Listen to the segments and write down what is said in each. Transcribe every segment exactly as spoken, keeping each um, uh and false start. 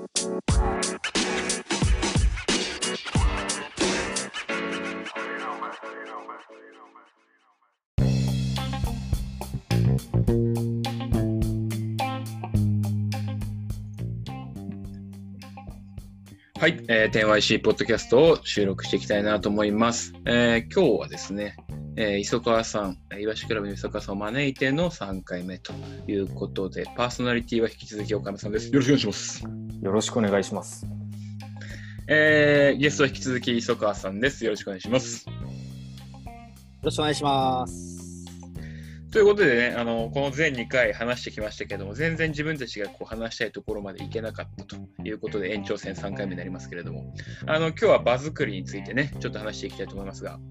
はい、えー、テンワイシー ポッドキャストを収録していきたいなと思います。えー、今日はですね、えー、磯川さん、いわしクラブの磯川さんを招いてのさんかいめということで、パーソナリティは引き続き岡山さんです。よろしくお願いします。 よろしくお願いします。 えー、ゲストは引き続き磯川さんです。よろしくお願いします。よろしくお願いします。 ということでね、あのこの全にかい話してきましたけども、全然自分たちがこう話したいところまでいけなかったということで、延長戦さんかいめになりますけれども、あの今日は場作りについてね、ちょっと話していきたいと思いますが、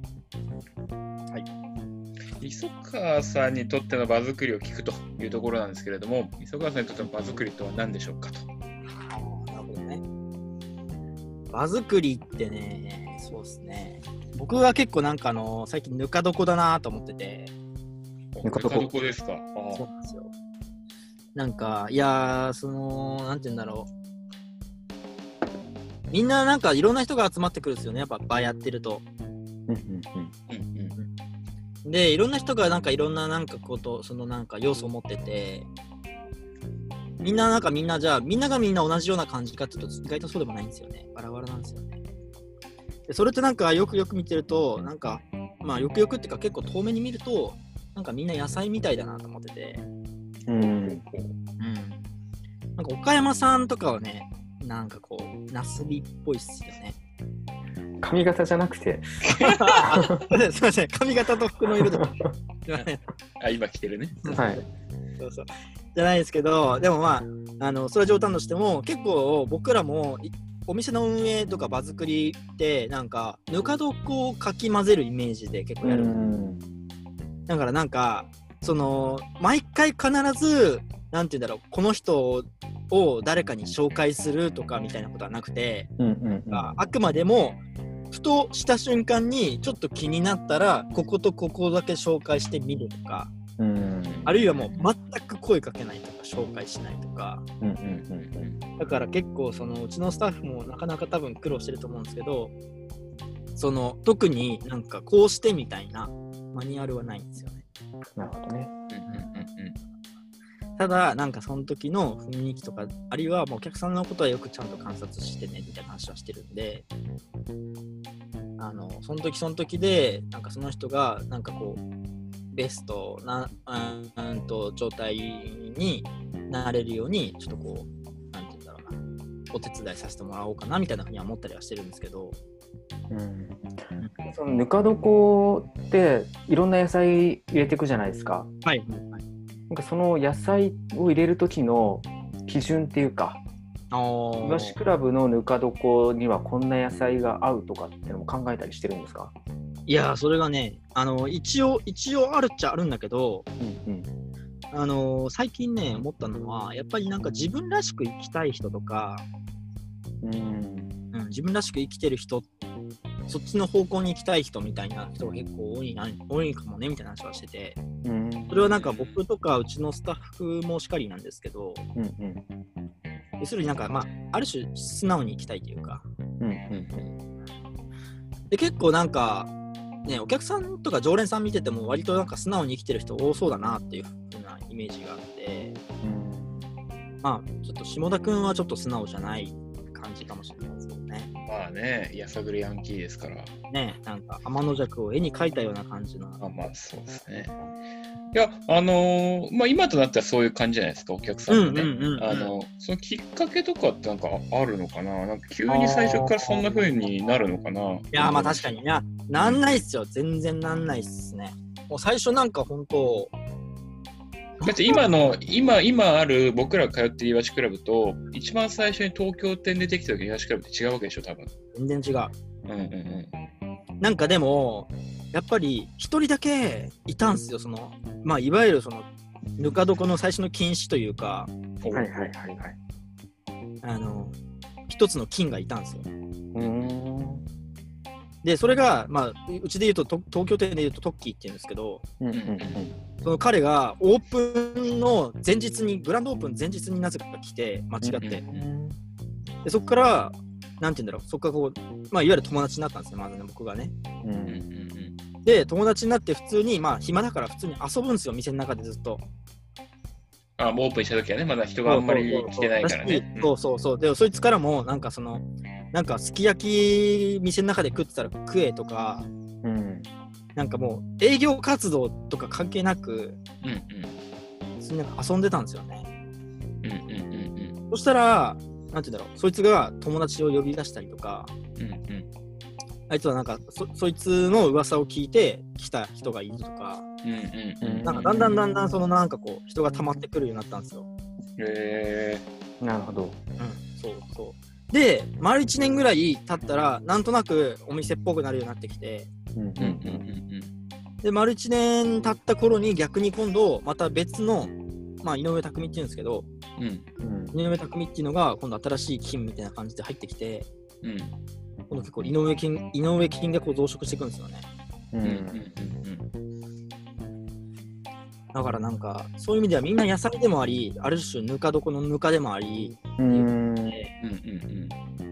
はい、磯川さんにとっての場作りを聞くというところなんですけれども、磯川さんにとっての場作りとは何でしょうかと。 ああ、なるほどね。場作りってね、そうですね。僕は結構なんかあの最近ぬか床だなと思ってて。 ぬか床ですか。 ああ、そうなんですよ。なんかいやー、そのなんて言うんだろう。みんななんかいろんな人が集まってくるんですよね。やっぱ場やってると。で、いろんな人がなんかいろんななんかことそのなんか要素を持ってて、みんななんかみんなじゃあみんながみんな同じような感じかっていうと意外とそうでもないんですよね。バラバラなんですよね。でそれってなんかよくよく見てるとなんかまあよくよくっていうか結構遠目に見るとなんかみんな野菜みたいだなと思ってて、うん、うん、なんか岡山さんとかはね、なんかこうナスビっぽいっすよね。 髪型じゃなくてすみません、髪型と服の色とかあ、今着てるね。 はい。 そうそうじゃないですけど、でもまああのそれは冗談としても結構僕らもお店の運営とか場作りってなんかぬか床をかき混ぜるイメージで結構やる。だからなんかその毎回必ずなんて言うんだろう、この人を誰かに紹介するとかみたいなことはなくて、うんうんうん、あくまでもふとした瞬間にちょっと気になったらこことここだけ紹介してみるとか、うん、あるいはもう全く声かけないとか紹介しないとか、うんうんうんうん、だから結構そのうちのスタッフもなかなか多分苦労してると思うんですけど、その特になんかこうしてみたいなマニュアルはないんですよね。 なるほどね。 うんうんうんうん、ただなんかその時の雰囲気とか、あるいはもうお客さんのことはよくちゃんと観察してねみたいな話はしてるんで、あのその時その時でなんかその人がなんかこうベストなうんうんと状態になれるようにちょっとこうなんて言うんだろうな、お手伝いさせてもらおうかなみたいなふうには思ったりはしてるんですけど。 うん、そのぬか床っていろんな野菜入れていくじゃないですか。 はい、はい、 なんかその野菜を入れる時の基準っていうか、いわしクラブのぬか床にはこんな野菜が合うとかっていうのも考えたりしてるんですか？ いやそれがね、あの一応一応あるっちゃあるんだけど、うんうん、あの最近ね思ったのはやっぱりなんか自分らしく生きたい人とか、うんうん、自分らしく生きてる人、そっちの方向に行きたい人みたいな人が結構多いな多いかもねみたいな話はしてて、うん、それはなんか僕とかうちのスタッフもしかりなんですけど、うんうん、要するになんかまあある種素直に生きたいというか、うんうんうん、で結構なんかね、お客さんとか常連さん見てても割となんか素直に生きてる人多そうだなっていう風なイメージがあって、うん、まあちょっと下田くんはちょっと素直じゃない感じかもしれないですけどね。 まあね、やさぐれヤンキーですからね、なんか天の弱を絵に描いたような感じの。 あ、まあそうですね。いや、あのー、まあ今となってはそういう感じじゃないですか、お客さんもね。あのそのきっかけとかってなんかあるのかな。なんか急に最初からそんな風になるのかな。いやまあ確かにいやなんないっすよ、全然なんないっすね。もう最初なんか本当。 だって今の今今ある僕らが通ってるいわしクラブと一番最初に東京店でできた時のいわしクラブって違うわけでしょ多分。 全然違う。 うんうんうん。 なんかでもやっぱり一人だけいたんすよ、そのまあいわゆるそのぬか床の最初の禁止というか、 はいはいはいはい。 あの一つの菌がいたんですよ。うーんでそれがまあうちで言うと東京店で言うとトッキーって言うんですけど、うんうんうん、その彼がオープンの前日にグランドオープン前日になぜか来て間違って、うんうん、 でそこからなんて言うんだろう、そこからこう、まあ、いわゆる友達になったんですね、まずね、僕がね。 うん、 で、友達になって普通に、まあ、暇だから普通に遊ぶんですよ、店の中でずっと。 あ、もうオープンした時はね、まだ人があんまり来てないからね。 そうそうそう。で、そいつからも、なんかその、なんかすき焼き店の中で食ってたら食えとか、 うん、 なんかもう営業活動とか関係なく、 うんうん、 普通になんか遊んでたんですよね。 うんうんうんうん、 そしたら、なんて言うんだろう、そいつが友達を呼び出したりとか、 うんうん、 あいつはなんか そ, そいつの噂を聞いて来た人がいるとか、 うんうんうん、 なんかだんだんだんだんそのなんかこう人が溜まってくるようになったんですよ。 へえー、なるほど。 うん、そうそう。で、丸いちねんぐらい経ったら、なんとなくお店っぽくなるようになってきて、 うんうんうんうん、 で、丸いちねん経った頃に逆に今度また別の、まあ、井上匠っていうんですけど、 うん、 井上匠っていうのが今度新しい金みたいな感じで入ってきて、 うん、 今度結構井上金、井上金がこう増殖していくんですよね。 うんうんうんうん、だからなんかそういう意味ではみんな野菜でもあり、ある種ぬか床のぬかでもあり、 うんうんうんうん、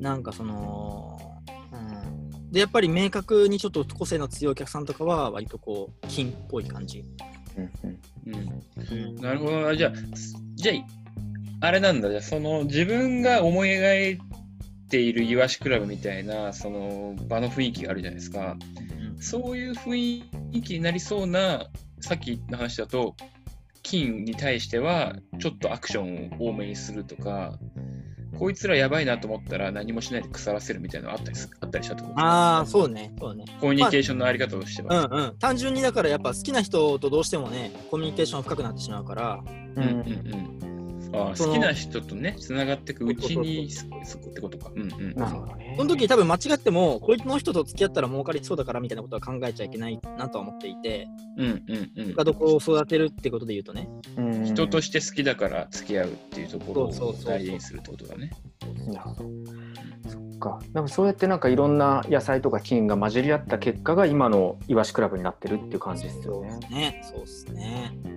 なんかその、うん、でやっぱり明確にちょっと個性の強いお客さんとかは割とこう金っぽい感じ。 うんうんうん、なるほど。じゃあ、じゃああれなんだ。じゃあその自分が思い描いているイワシクラブみたいなその場の雰囲気があるじゃないですか。うん、そういう雰囲気になりそうなさっきの話だと金に対してはちょっとアクションを多めにするとか、こいつらやばいなと思ったら何もしないで腐らせるみたいなのあったりすあったりしたってことですか？ ああ、そうね、そうね。 コミュニケーションのあり方としては、 まあ、うんうん。単純にだからやっぱ好きな人とどうしてもね、コミュニケーション深くなってしまうから、 うんうんうん。あ、好きな人とね、つながっていくうちにそこってことか。うんうん。 なるほどね。 その時多分間違っても、こいつの人と付き合ったら儲かりそうだからみたいなことは考えちゃいけないなとは思っていて、 うんうんうん。 ぬか床を育てるってことで言うとね、 うん、人として好きだから付き合うっていうところを大事にするってことだね。 なるほど。そっか。なんかそうやってなんかいろんな野菜とか菌が混じり合った結果が今のイワシクラブになってるっていう感じですよね。 そうね。そうですね。うん。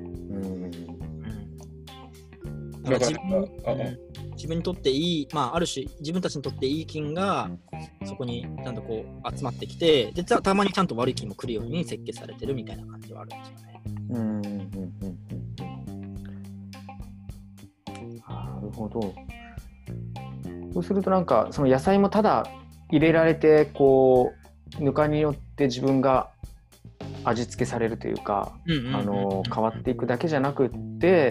だから自分、うん、自分にとっていい、まあ、ある種自分たちにとっていい菌がそこにちゃんとこう集まってきて、で た, たまにちゃんと悪い菌も来るように設計されてるみたいな感じはあるんですよね。 うんうんうんうんうん。なるほど。そうするとなんかその野菜もただ入れられてこうぬかによって自分が味付けされるというか、あの変わっていくだけじゃなくって、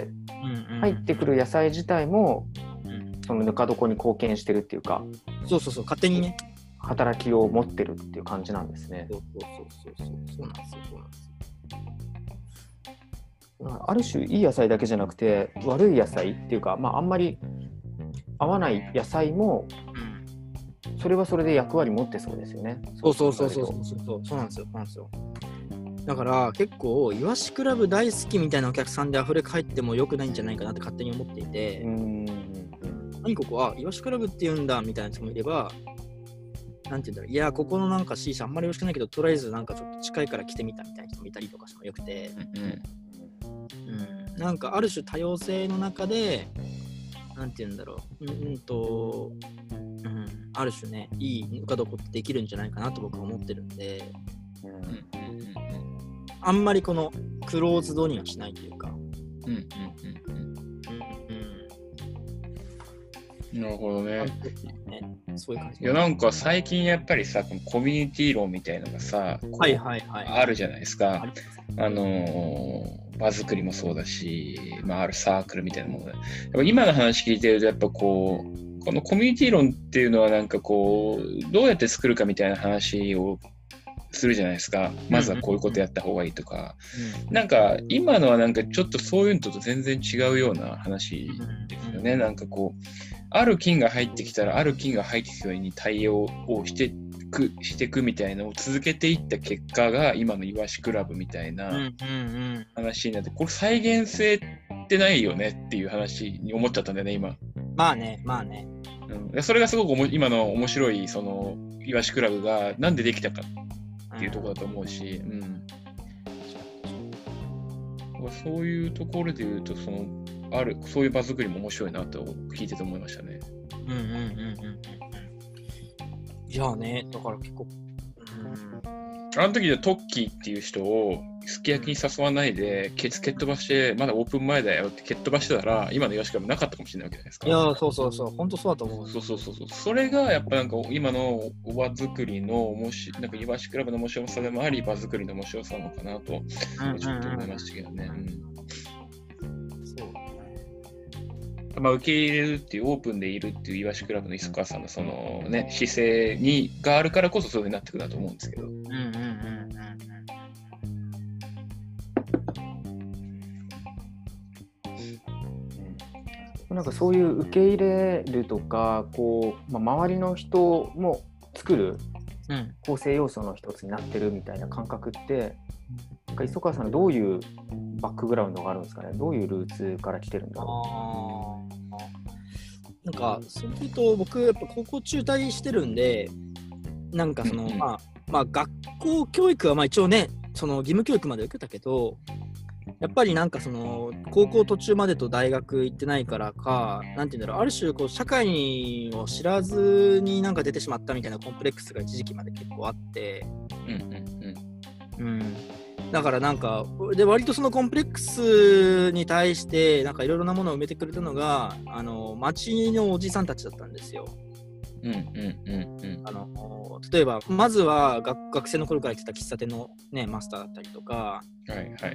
入ってくる野菜自体もそのぬか床に貢献してるっていうか、 そうそうそう、勝手にね働きを持ってるっていう感じなんですね。 そうそうそうそうそうなんですよ、そうなんですよ。ある種いい野菜だけじゃなくて悪い野菜っていうか、まああんまり合わない野菜もそれはそれで役割持ってそうですよね。 そうそうそうそうそうそうそうなんですよ、そうなんですよ。だから結構イワシクラブ大好きみたいなお客さんで溢れ返っても良くないんじゃないかなって勝手に思っていて、うーん、何ここはイワシクラブって言うんだみたいな人もいれば、なんて言うんだろう、いやここのなんか C 社あんまりよろしくないけどとりあえずなんかちょっと近いから来てみたみたいな人もいたりとかしてもよくて、うんうん、なんかある種多様性の中でなんて言うんだろう、うんうんと、うん、ある種ねいいぬか床ってできるんじゃないかなと僕は思ってるんで、うんうんうん、あんまりこのクローズドにはしないというか、うんうんうんうん、なるほどね。 そういう感じ。 いやなんか最近やっぱりさ、このコミュニティ論みたいなのがさ、 はいはいはい、 あるじゃないですか。あのー、場作りもそうだし、まあ、あるサークルみたいなもので。やっぱ今の話聞いてるとやっぱこうこのコミュニティ論っていうのはなんかこうどうやって作るかみたいな話をするじゃないですか。まずはこういうことやった方がいいとか、うんうん、なんか今のはなんかちょっとそういうのと全然違うような話ですよね。なんかこうある菌が入ってきたらある菌が入ってきたように対応をしてくしていくみたいなのを続けていった結果が今のイワシクラブみたいな話になって、これ再現性ってないよねっていう話に思っちゃったんだよね今。 まあねまあね、 うん、それがすごくおも今の面白いそのイワシクラブがなんでできたかっていうところだと思うし、うんうん、そういうところで言うとそのあるそういう場作りも面白いなと聞いてて思いましたね。 ううんうんうんうんうん。いやね、だから結構、うん、 あの時でトッキーっていう人をすき焼きに誘わないで、ケツ蹴っ飛ばして、まだオープン前だよって蹴っ飛ばしてたら、今のイワシクラブなかったかもしれないわけじゃないですか。 いやそうそうそう、本当そうだと思う。 そうそうそうそう。それがやっぱなんか今のおば作りの面白い、なんかイワシクラブの面白さでもあり、場作りの面白さなのかなと、ちょっと思いましたけどね。うん、 そう。 まあ、受け入れるっていうオープンでいるっていうイワシクラブの磯川さんのそのね姿勢にがあるからこそそういう風になってくるなと思うんですけど。うんうんうんうん。なんかそういう受け入れるとかこう、まあ、周りの人も作る構成要素の一つになってるみたいな感覚って、なんか磯川さんのどういうバックグラウンドがあるんですかね。どういうルーツから来てるんだろう。なんかそういうと僕やっぱ高校中退してるんで、なんかその、うんうん、まあまあ学校教育はまあ一応ねその義務教育まで受けたけど、やっぱりなんかその高校途中までと大学行ってないからか、なんていうんだろう、ある種こう社会を知らずになんか出てしまったみたいなコンプレックスが一時期まで結構あって、うんうんうん、うん、だからなんかで割とそのコンプレックスに対してなんかいろいろなものを埋めてくれたのがあの町のおじさんたちだったんですよ。うんうんうんうん、あの例えばまずは 学, 学生の頃から行ってた喫茶店の、ね、マスターだったりとか、はいはいはい、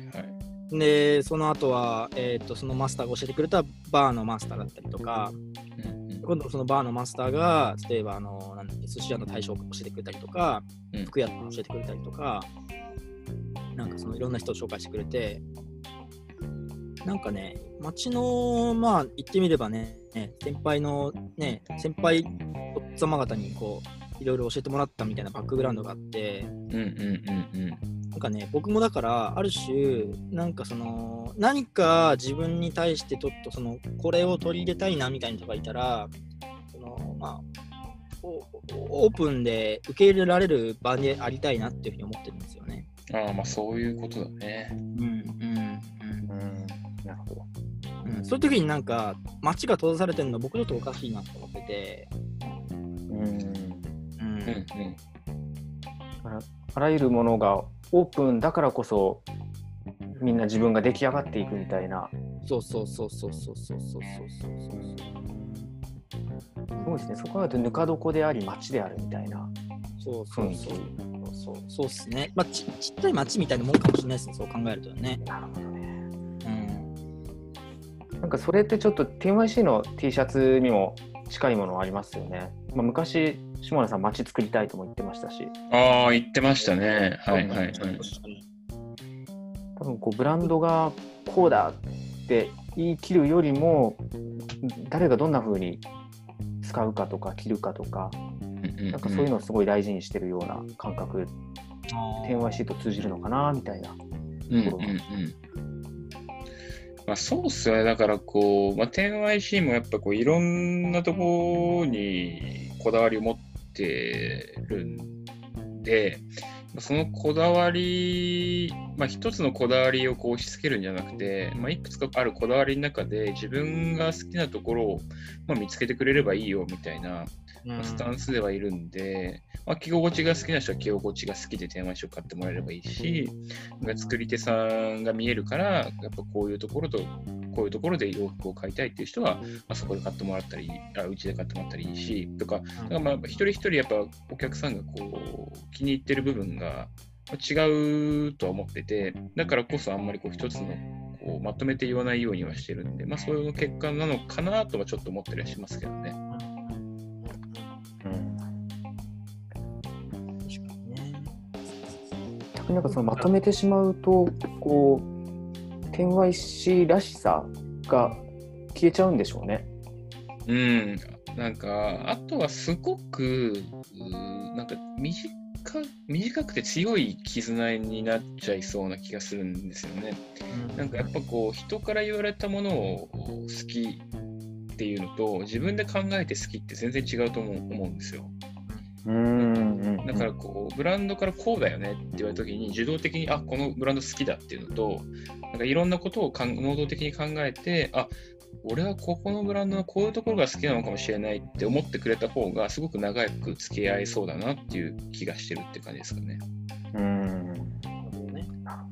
でその後は、えー、とそのマスターが教えてくれたバーのマスターだったりとか、うんうん、今度そのバーのマスターが例えばあのなんだっけ寿司屋の大将を教えてくれたりとか、うん、服屋を教えてくれたりとか、なんかそのいろんな人を紹介してくれて、なんかね町のまあ言ってみればね先輩のね先輩おっ様方にこういろいろ教えてもらったみたいなバックグラウンドがあって、うんうんうんうん、なんかね僕もだからある種なんかその何か自分に対してちょっとそのこれを取り入れたいなみたいな人がいたら、そのまあオープンで受け入れられる場でありたいなっていうふうに思ってるんですよね。 ああまあそういうことだね。うんうんうん、うん、 なるほど。 うん、そういう時になんか街が閉ざされてるのは僕ちょっとおかしいなと思ってて、うんうんうん、 あ, あらゆるものがオープンだからこそみんな自分が出来上がっていくみたいな。 そうそうそうそうそうそうそうそうそうそうですね。そこはぬか床であり街であるみたいな。 そうそうそうそうそうですね。まあちちっちゃい街みたいなもんかもしれないですね。そう考えるとね。 なるほどね。うん。なんかそれってちょっと ティーワイシー の T シャツにも近いものありますよね。まあ、昔下田さん街作りたいとも言ってましたし。 ああ言ってましたね。はいはいはい。 多分こうブランドがこうだって言い切るよりも誰がどんな風に使うかとか着るかとか、なんかそういうのをすごい大事にしてるような感覚、ティーワイシー と通じるのかなみたいなところが、うんうんうん、 まあ、そうっすよね。だからこう、まあ、ティーワイシー もやっぱこういろんなところにこだわりを持ってるんで、そのこだわり、まあ、一つのこだわりをこう押し付けるんじゃなくて、まあ、いくつかあるこだわりの中で自分が好きなところを、まあ、見つけてくれればいいよみたいな、まあ、スタンスではいるんで、まあ、着心地が好きな人は着心地が好きでテーマ衣装買ってもらえればいいし、作り手さんが見えるからやっぱこういうところとこういうところで洋服を買いたいっていう人は、まあ、そこで買ってもらったり、あうちで買ってもらったらいいしとか、だからまあ一人一人やっぱお客さんがこう気に入ってる部分が違うとは思ってて、だからこそあんまりこう一つのこうまとめて言わないようにはしてるんで、まあそういう結果なのかなとはちょっと思ったりはしますけどね。 なんかそのまとめてしまうとこう ティーワイシー らしさが消えちゃうんでしょうね。 うん、なんかあとはすごくなんか短短くて強い絆になっちゃいそうな気がするんですよね。うん、なんかやっぱこう人から言われたものを好きっていうのと自分で考えて好きって全然違うと思う、思うんですよ。うん、だからこうブランドからこうだよねって言われた時に受動的にあこのブランド好きだっていうのとなんかいろんなことを能動的に考えてあ俺はここのブランドのこういうところが好きなのかもしれないって思ってくれた方がすごく長く付き合いそうだなっていう気がしてるって感じですかね。 うん。 なるほどね。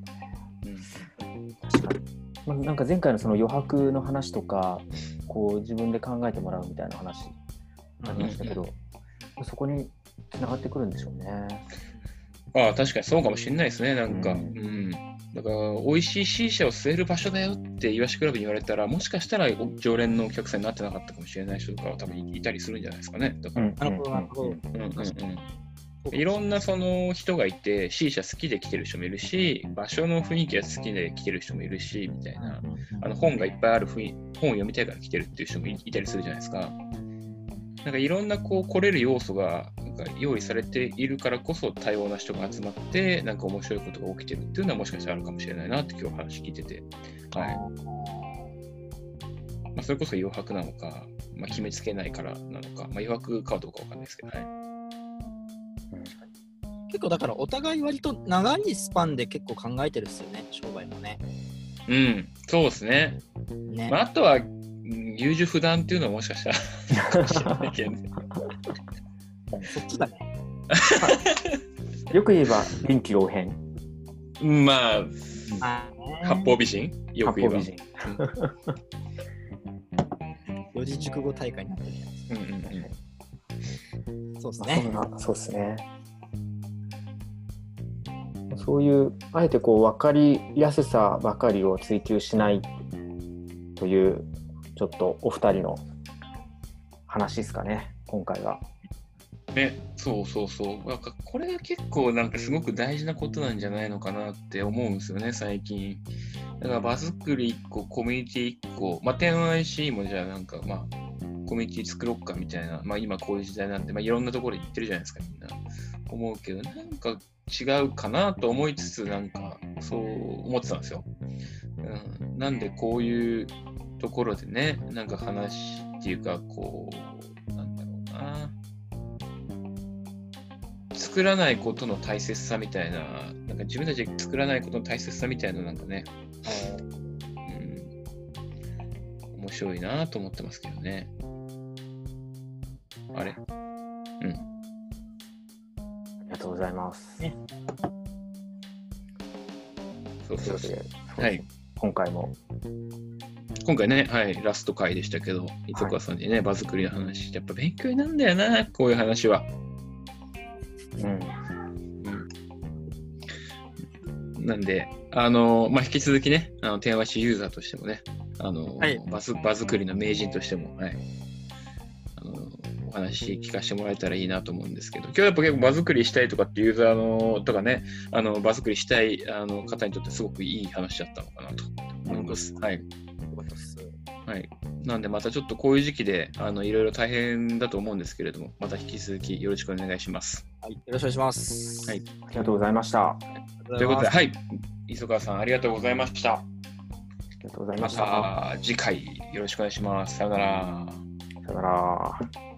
確かに。まあ、なんか前回のその余白の話とか、こう自分で考えてもらうみたいな話ありましたけど、うんうん、そこに繋がってくるんでしょうね。 ああ、確かにそうかもしれないですね。なんか、うん、うんだから美味しい C 社を吸える場所だよってイワシクラブに言われたら、もしかしたら常連のお客さんになってなかったかもしれない人とかは多分いたりするんじゃないですかね。だから、 なるほどなるほど。 いろんなその人がいて C 社好きで来てる人もいるし、場所の雰囲気が好きで来てる人もいるしみたいな、あの本がいっぱいある雰囲本を読みたいから来てるっていう人も い, いたりするじゃないですか。なんかいろんなこう来れる要素がなんか用意されているからこそ多様な人が集まってなんか面白いことが起きてるっていうのはもしかしたらあるかもしれないなって今日話聞いてて、はいまあ、それこそ余白なのか、まあ、決めつけないからなのか、まあ、余白かどうかわかんないですけど、はい、 結構だからお互い割と長いスパンで結構考えてるっすよね、商売もね。 うんそうですね。ねまあ、あとは優柔不断っていうのはもしかしたら知らないけどね。 そっちだね。 よく言えば臨機応変。 まあ、八方美人よく言えば。 四字熟語大会になってるじゃないですか。うんうんうん、そうですね。 そうですね。そういうあえてこう分かりやすさばかりを追求しないというちょっとお二人の話ですかね、今回は。 ね、そうそうそう。なんかこれが結構なんかすごく大事なことなんじゃないのかなって思うんですよね、最近。だから場作りいっこ、コミュニティいっこ、まあ テンアイシー もじゃあなんかまあコミュニティ作ろっかみたいな、まあ今こういう時代なんで、まあいろんなところに行ってるじゃないですか、みんな。思うけど、なんか違うかなと思いつつ、なんかそう思ってたんですよ。うん、なんでこういうところでね、なんか話っていうか、こう、なんだろうな。作らないことの大切さみたいな、なんか自分たちで作らないことの大切さみたいな、なんかね、うん、面白いなと思ってますけどね。あれうん。ありがとうございます。ね、 そうそうそう。 はい。今回も。 今回ね、はい、ラスト回でしたけど、磯川さんにね、はい、場作りの話、やっぱ勉強になるんだよな、こういう話は。うんうん、なんで、あのまあ、引き続きね、あの天和市ユーザーとしてもね、あの、はい、場, 場作りの名人としても、はい、あのお話聞かせてもらえたらいいなと思うんですけど、今日やっぱ結構場作りしたいとかってユーザーのとかね、あの場作りしたいあの方にとってすごくいい話だったのかなと思います。はい。はい、なんでまたちょっとこういう時期であのいろいろ大変だと思うんですけれども、また引き続きよろしくお願いします。 はい、よろしくお願いします。 はい、ありがとうございました。 ということで、はい、磯川さんありがとうございました。 ありがとうございました。 また次回よろしくお願いします。さよなら。 さよなら。